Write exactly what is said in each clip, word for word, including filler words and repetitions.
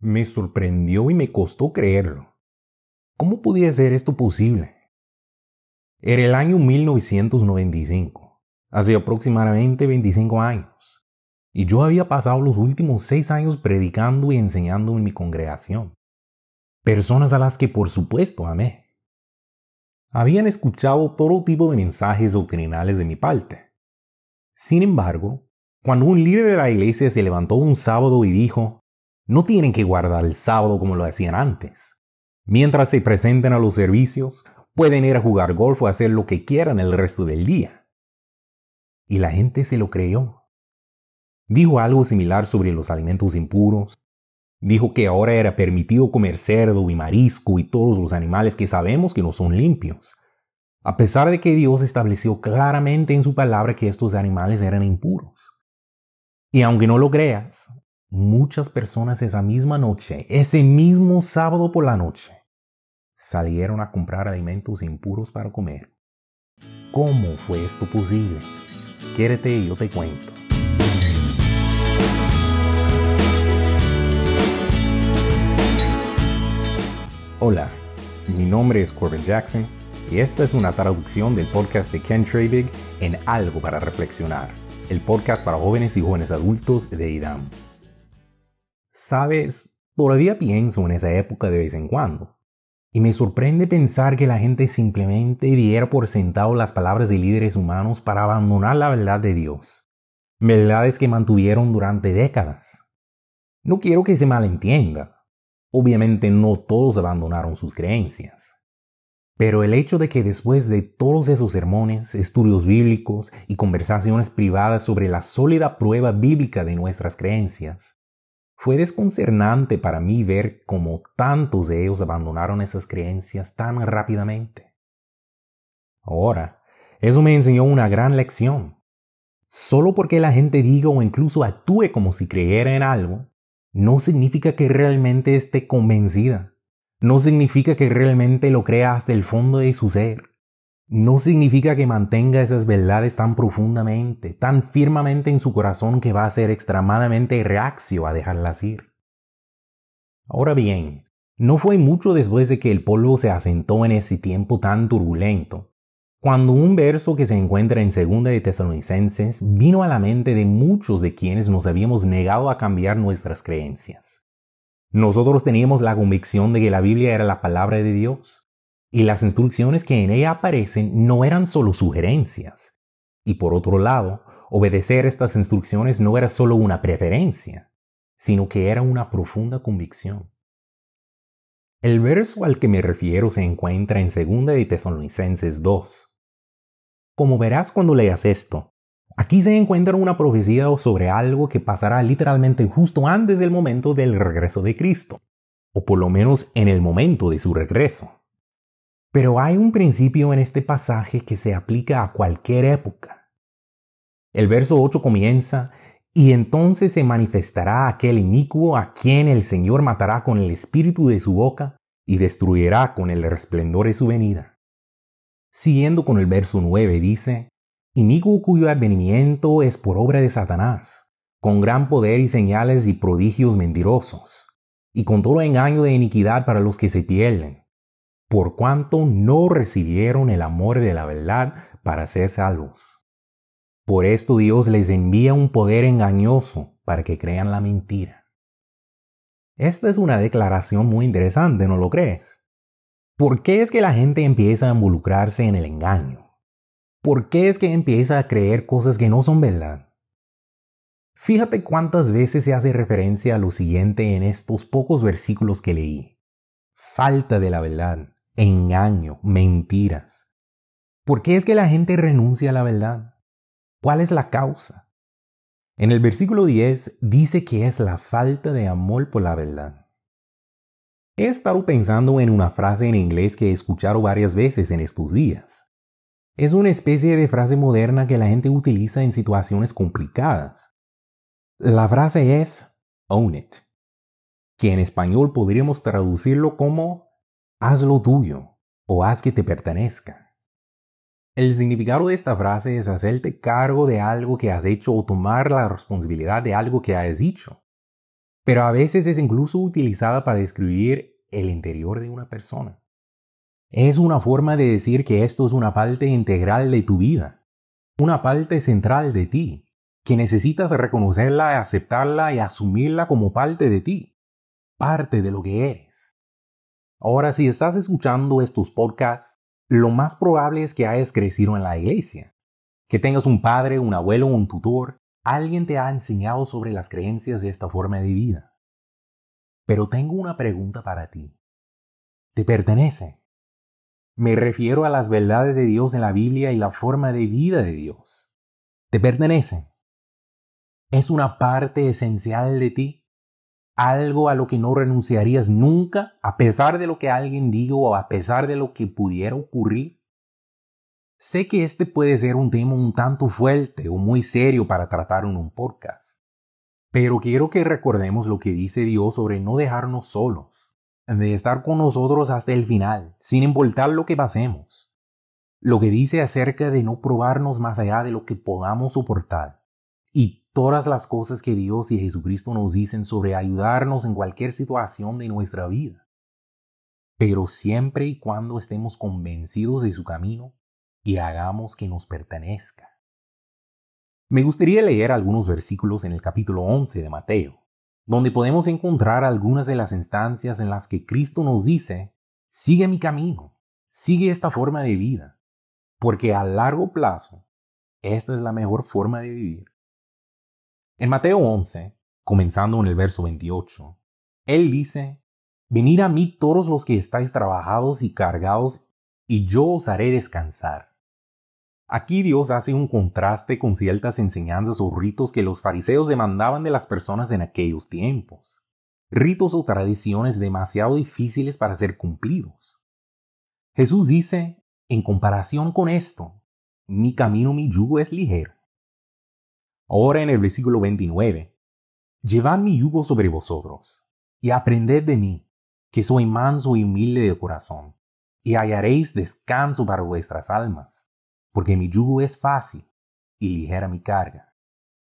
Me sorprendió y me costó creerlo. ¿Cómo podía ser esto posible? Era el año mil novecientos noventa y cinco, hace aproximadamente veinticinco años, y yo había pasado los últimos seis años predicando y enseñando en mi congregación. Personas a las que por supuesto amé. Habían escuchado todo tipo de mensajes doctrinales de mi parte. Sin embargo, cuando un líder de la iglesia se levantó un sábado y dijo, no tienen que guardar el sábado como lo hacían antes. Mientras se presenten a los servicios, pueden ir a jugar golf o hacer lo que quieran el resto del día. Y la gente se lo creyó. Dijo algo similar sobre los alimentos impuros. Dijo que ahora era permitido comer cerdo y marisco y todos los animales que sabemos que no son limpios, a pesar de que Dios estableció claramente en su palabra que estos animales eran impuros. Y aunque no lo creas, muchas personas esa misma noche, ese mismo sábado por la noche, salieron a comprar alimentos impuros para comer. ¿Cómo fue esto posible? Quédate y yo te cuento. Hola, mi nombre es Corbin Jackson y esta es una traducción del podcast de Ken Traebig en Algo para Reflexionar, el podcast para jóvenes y jóvenes adultos de I D A M. Sabes, todavía pienso en esa época de vez en cuando, y me sorprende pensar que la gente simplemente diera por sentado las palabras de líderes humanos para abandonar la verdad de Dios, verdades que mantuvieron durante décadas. No quiero que se malentienda. Obviamente no todos abandonaron sus creencias. Pero el hecho de que después de todos esos sermones, estudios bíblicos y conversaciones privadas sobre la sólida prueba bíblica de nuestras creencias, fue desconcertante para mí ver cómo tantos de ellos abandonaron esas creencias tan rápidamente. Ahora, eso me enseñó una gran lección. Solo porque la gente diga o incluso actúe como si creyera en algo, no significa que realmente esté convencida. No significa que realmente lo crea hasta el fondo de su ser. No significa que mantenga esas verdades tan profundamente, tan firmemente en su corazón que va a ser extremadamente reacio a dejarlas ir. Ahora bien, no fue mucho después de que el polvo se asentó en ese tiempo tan turbulento, cuando un verso que se encuentra en Segunda de Tesalonicenses vino a la mente de muchos de quienes nos habíamos negado a cambiar nuestras creencias. Nosotros teníamos la convicción de que la Biblia era la palabra de Dios, y las instrucciones que en ella aparecen no eran solo sugerencias. Y por otro lado, obedecer estas instrucciones no era solo una preferencia, sino que era una profunda convicción. El verso al que me refiero se encuentra en Segunda de Tesalonicenses dos. Como verás cuando leas esto, aquí se encuentra una profecía sobre algo que pasará literalmente justo antes del momento del regreso de Cristo, o por lo menos en el momento de su regreso. Pero hay un principio en este pasaje que se aplica a cualquier época. El verso ocho comienza, y entonces se manifestará aquel inicuo a quien el Señor matará con el espíritu de su boca y destruirá con el resplandor de su venida. Siguiendo con el verso nueve dice, inicuo cuyo advenimiento es por obra de Satanás, con gran poder y señales y prodigios mentirosos, y con todo engaño de iniquidad para los que se pierden, por cuanto no recibieron el amor de la verdad para ser salvos. Por esto Dios les envía un poder engañoso para que crean la mentira. Esta es una declaración muy interesante, ¿no lo crees? ¿Por qué es que la gente empieza a involucrarse en el engaño? ¿Por qué es que empieza a creer cosas que no son verdad? Fíjate cuántas veces se hace referencia a lo siguiente en estos pocos versículos que leí. Falta de la verdad, engaño, mentiras. ¿Por qué es que la gente renuncia a la verdad? ¿Cuál es la causa? En el versículo diez dice que es la falta de amor por la verdad. He estado pensando en una frase en inglés que he escuchado varias veces en estos días. Es una especie de frase moderna que la gente utiliza en situaciones complicadas. La frase es own it, que en español podríamos traducirlo como haz lo tuyo o haz que te pertenezca. El significado de esta frase es hacerte cargo de algo que has hecho o tomar la responsabilidad de algo que has dicho. pero a veces es incluso utilizada para describir el interior de una persona. Es una forma de decir que esto es una parte integral de tu vida, una parte central de ti, que necesitas reconocerla, aceptarla y asumirla como parte de ti, parte de lo que eres. Ahora, si estás escuchando estos podcasts, lo más probable es que hayas crecido en la iglesia, que tengas un padre, un abuelo, un tutor, alguien te ha enseñado sobre las creencias de esta forma de vida. Pero tengo una pregunta para ti. ¿Te pertenece? Me refiero a las verdades de Dios en la Biblia y la forma de vida de Dios. ¿Te pertenece? ¿Es una parte esencial de ti? ¿Algo a lo que no renunciarías nunca, a pesar de lo que alguien diga o a pesar de lo que pudiera ocurrir? Sé que este puede ser un tema un tanto fuerte o muy serio para tratar en un podcast, pero quiero que recordemos lo que dice Dios sobre no dejarnos solos, de estar con nosotros hasta el final, sin importar lo que pasemos. Lo que dice acerca de no probarnos más allá de lo que podamos soportar. Y todas las cosas que Dios y Jesucristo nos dicen sobre ayudarnos en cualquier situación de nuestra vida. Pero siempre y cuando estemos convencidos de su camino y hagamos que nos pertenezca. Me gustaría leer algunos versículos en el capítulo once de Mateo, donde podemos encontrar algunas de las instancias en las que Cristo nos dice: sigue mi camino, sigue esta forma de vida, porque a largo plazo, esta es la mejor forma de vivir. En Mateo once, comenzando en el verso veintiocho, Él dice: venid a mí todos los que estáis trabajados y cargados, y yo os haré descansar. Aquí Dios hace un contraste con ciertas enseñanzas o ritos que los fariseos demandaban de las personas en aquellos tiempos. Ritos o tradiciones demasiado difíciles para ser cumplidos. Jesús dice: en comparación con esto, mi camino, mi yugo es ligero. Ahora en el versículo veintinueve, llevad mi yugo sobre vosotros, y aprended de mí, que soy manso y humilde de corazón, y hallaréis descanso para vuestras almas, porque mi yugo es fácil y ligera mi carga.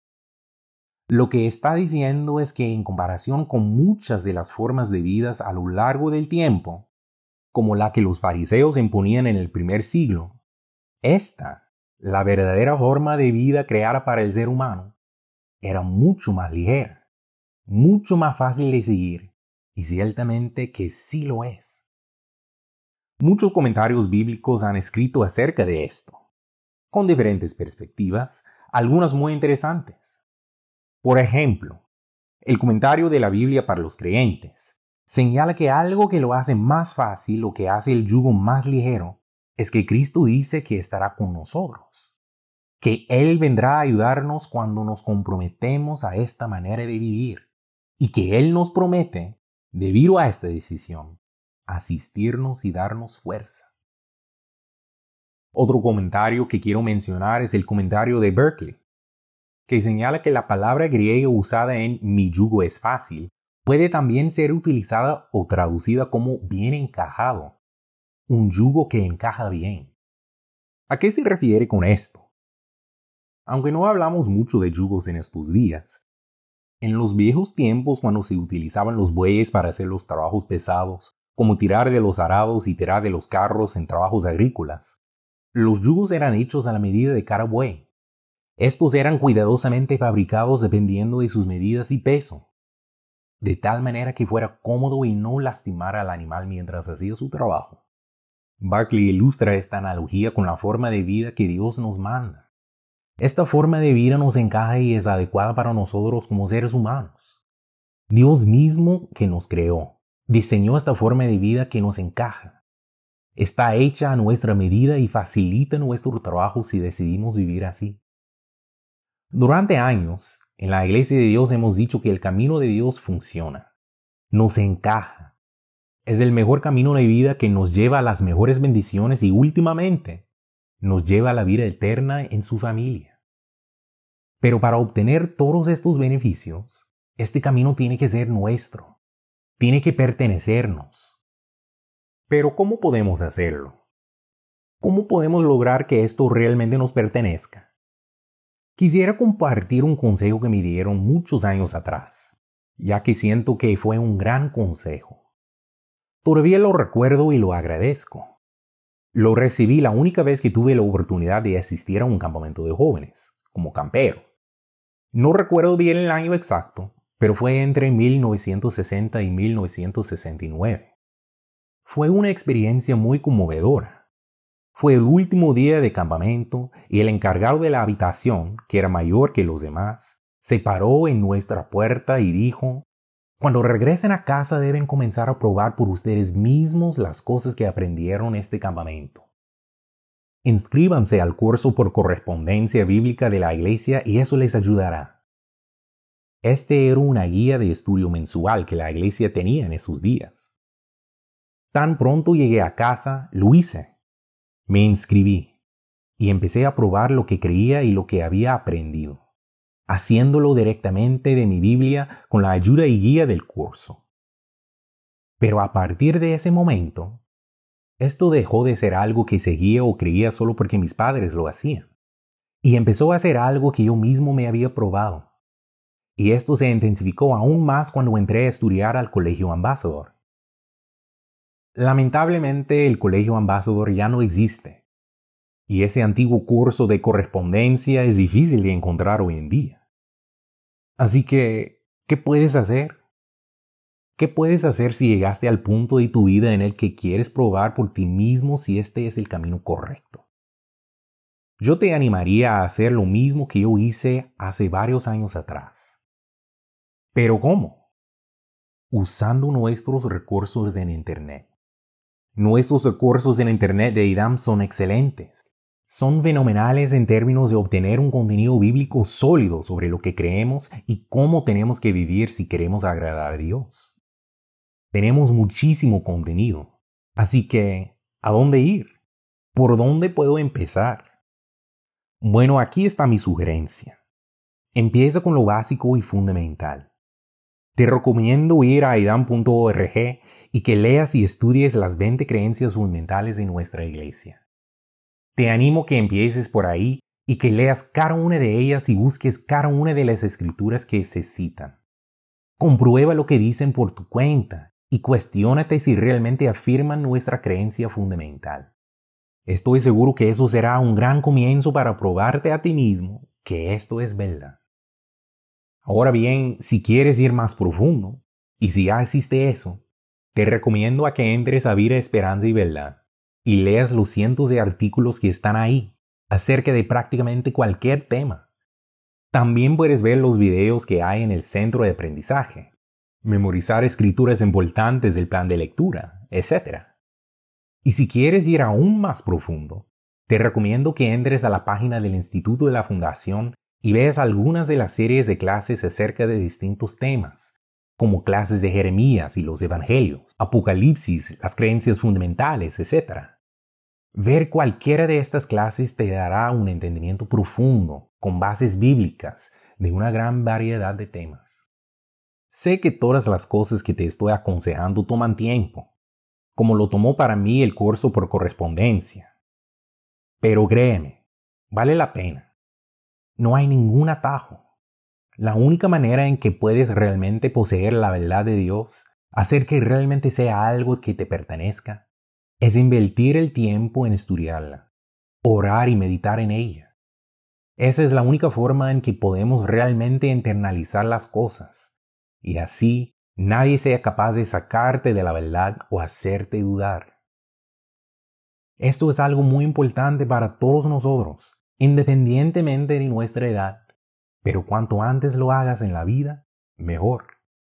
Lo que está diciendo es que en comparación con muchas de las formas de vida a lo largo del tiempo, como la que los fariseos imponían en el primer siglo, esta, la verdadera forma de vida creada para el ser humano, era mucho más ligera, mucho más fácil de seguir, y ciertamente que sí lo es. Muchos comentarios bíblicos han escrito acerca de esto, con diferentes perspectivas, algunas muy interesantes. Por ejemplo, el comentario de la Biblia para los creyentes señala que algo que lo hace más fácil o que hace el yugo más ligero es que Cristo dice que estará con nosotros, que Él vendrá a ayudarnos cuando nos comprometemos a esta manera de vivir y que Él nos promete, debido a esta decisión, asistirnos y darnos fuerza. Otro comentario que quiero mencionar es el comentario de Berkeley, que señala que la palabra griega usada en mi yugo es fácil puede también ser utilizada o traducida como bien encajado, un yugo que encaja bien. ¿A qué se refiere con esto? Aunque no hablamos mucho de yugos en estos días, en los viejos tiempos cuando se utilizaban los bueyes para hacer los trabajos pesados, como tirar de los arados y tirar de los carros en trabajos agrícolas, los yugos eran hechos a la medida de cada buey. Estos eran cuidadosamente fabricados dependiendo de sus medidas y peso, de tal manera que fuera cómodo y no lastimara al animal mientras hacía su trabajo. Berkeley ilustra esta analogía con la forma de vida que Dios nos manda. Esta forma de vida nos encaja y es adecuada para nosotros como seres humanos. Dios mismo que nos creó, diseñó esta forma de vida que nos encaja. Está hecha a nuestra medida y facilita nuestro trabajo si decidimos vivir así. Durante años, en la Iglesia de Dios hemos dicho que el camino de Dios funciona, nos encaja. Es el mejor camino de vida que nos lleva a las mejores bendiciones y últimamente nos lleva a la vida eterna en su familia. Pero para obtener todos estos beneficios, este camino tiene que ser nuestro, tiene que pertenecernos. Pero ¿cómo podemos hacerlo? ¿Cómo podemos lograr que esto realmente nos pertenezca? Quisiera compartir un consejo que me dieron muchos años atrás. ya que siento que fue un gran consejo. Todavía lo recuerdo y lo agradezco. Lo recibí la única vez que tuve la oportunidad de asistir a un campamento de jóvenes, como campero. No recuerdo bien el año exacto, pero fue entre mil novecientos sesenta y mil novecientos sesenta y nueve. Fue una experiencia muy conmovedora. Fue el último día de campamento y el encargado de la habitación, que era mayor que los demás, se paró en nuestra puerta y dijo: «Cuando regresen a casa deben comenzar a probar por ustedes mismos las cosas que aprendieron en este campamento. Inscríbanse al curso por correspondencia bíblica de la iglesia y eso les ayudará». Este era una guía de estudio mensual que la iglesia tenía en esos días. Tan pronto llegué a casa, lo hice. Me inscribí y empecé a probar lo que creía y lo que había aprendido, haciéndolo directamente de mi Biblia con la ayuda y guía del curso. Pero a partir de ese momento, esto dejó de ser algo que seguía o creía solo porque mis padres lo hacían, y empezó a ser algo que yo mismo me había probado. Y esto se intensificó aún más cuando entré a estudiar al Colegio Ambassador. Lamentablemente el Colegio Ambassador ya no existe, y ese antiguo curso de correspondencia es difícil de encontrar hoy en día. Así que, ¿qué puedes hacer? ¿Qué puedes hacer si llegaste al punto de tu vida en el que quieres probar por ti mismo si este es el camino correcto? Yo te animaría a hacer lo mismo que yo hice hace varios años atrás. ¿Pero cómo? Usando nuestros recursos en Internet. Nuestros recursos en Internet de IDAM son excelentes. Son fenomenales en términos de obtener un contenido bíblico sólido sobre lo que creemos y cómo tenemos que vivir si queremos agradar a Dios. Tenemos muchísimo contenido. Así que, ¿a dónde ir? ¿Por dónde puedo empezar? Bueno, aquí está mi sugerencia. Empieza con lo básico y fundamental. Te recomiendo ir a idam punto org y que leas y estudies las veinte creencias fundamentales de nuestra iglesia. Te animo que empieces por ahí y que leas cada una de ellas y busques cada una de las escrituras que se citan. Comprueba lo que dicen por tu cuenta y cuestiónate si realmente afirman nuestra creencia fundamental. Estoy seguro que eso será un gran comienzo para probarte a ti mismo que esto es verdad. Ahora bien, si quieres ir más profundo, y si ya existe eso, te recomiendo a que entres a Vida, Esperanza y Verdad y leas los cientos de artículos que están ahí acerca de prácticamente cualquier tema. También puedes ver los videos que hay en el centro de aprendizaje, memorizar escrituras importantes del plan de lectura, etcétera. Y si quieres ir aún más profundo, te recomiendo que entres a la página del Instituto de la Fundación y veas algunas de las series de clases acerca de distintos temas, como clases de Jeremías y los Evangelios, Apocalipsis, las creencias fundamentales, etcétera. Ver cualquiera de estas clases te dará un entendimiento profundo, con bases bíblicas, de una gran variedad de temas. Sé que todas las cosas que te estoy aconsejando toman tiempo, como lo tomó para mí el curso por correspondencia. Pero créeme, vale la pena. No hay ningún atajo. La única manera en que puedes realmente poseer la verdad de Dios, hacer que realmente sea algo que te pertenezca, es invertir el tiempo en estudiarla, orar y meditar en ella. Esa es la única forma en que podemos realmente internalizar las cosas, y así nadie sea capaz de sacarte de la verdad o hacerte dudar. Esto es algo muy importante para todos nosotros, independientemente de nuestra edad, pero cuanto antes lo hagas en la vida, mejor.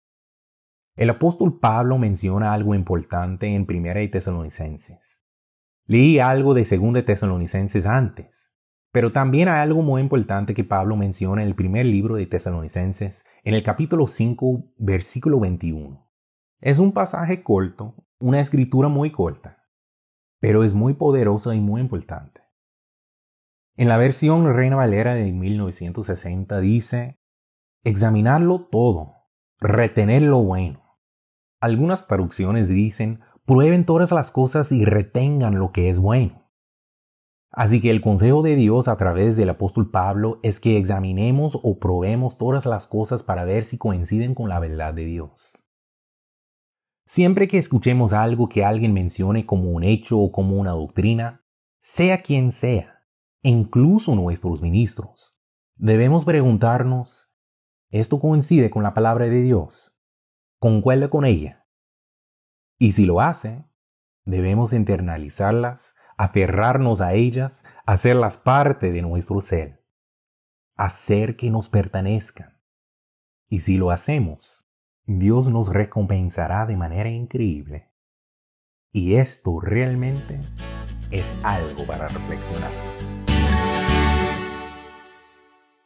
El apóstol Pablo menciona algo importante en Primera de Tesalonicenses. Leí algo de Segunda de Tesalonicenses antes, pero también hay algo muy importante que Pablo menciona en el primer libro de Tesalonicenses, en el capítulo cinco, versículo veintiuno. Es un pasaje corto, una escritura muy corta, pero es muy poderosa y muy importante. En la versión Reina Valera de mil novecientos sesenta dice: examinarlo todo, retener lo bueno. Algunas traducciones dicen: prueben todas las cosas y retengan lo que es bueno. Así que el consejo de Dios a través del apóstol Pablo es que examinemos o probemos todas las cosas para ver si coinciden con la verdad de Dios. Siempre que escuchemos algo que alguien mencione como un hecho o como una doctrina, sea quien sea, incluso nuestros ministros, debemos preguntarnos, ¿esto coincide con la palabra de Dios? ¿Concuerda con ella? Y si lo hace, debemos internalizarlas, aferrarnos a ellas, hacerlas parte de nuestro ser, hacer que nos pertenezcan. Y si lo hacemos, Dios nos recompensará de manera increíble. Y esto realmente es algo para reflexionar.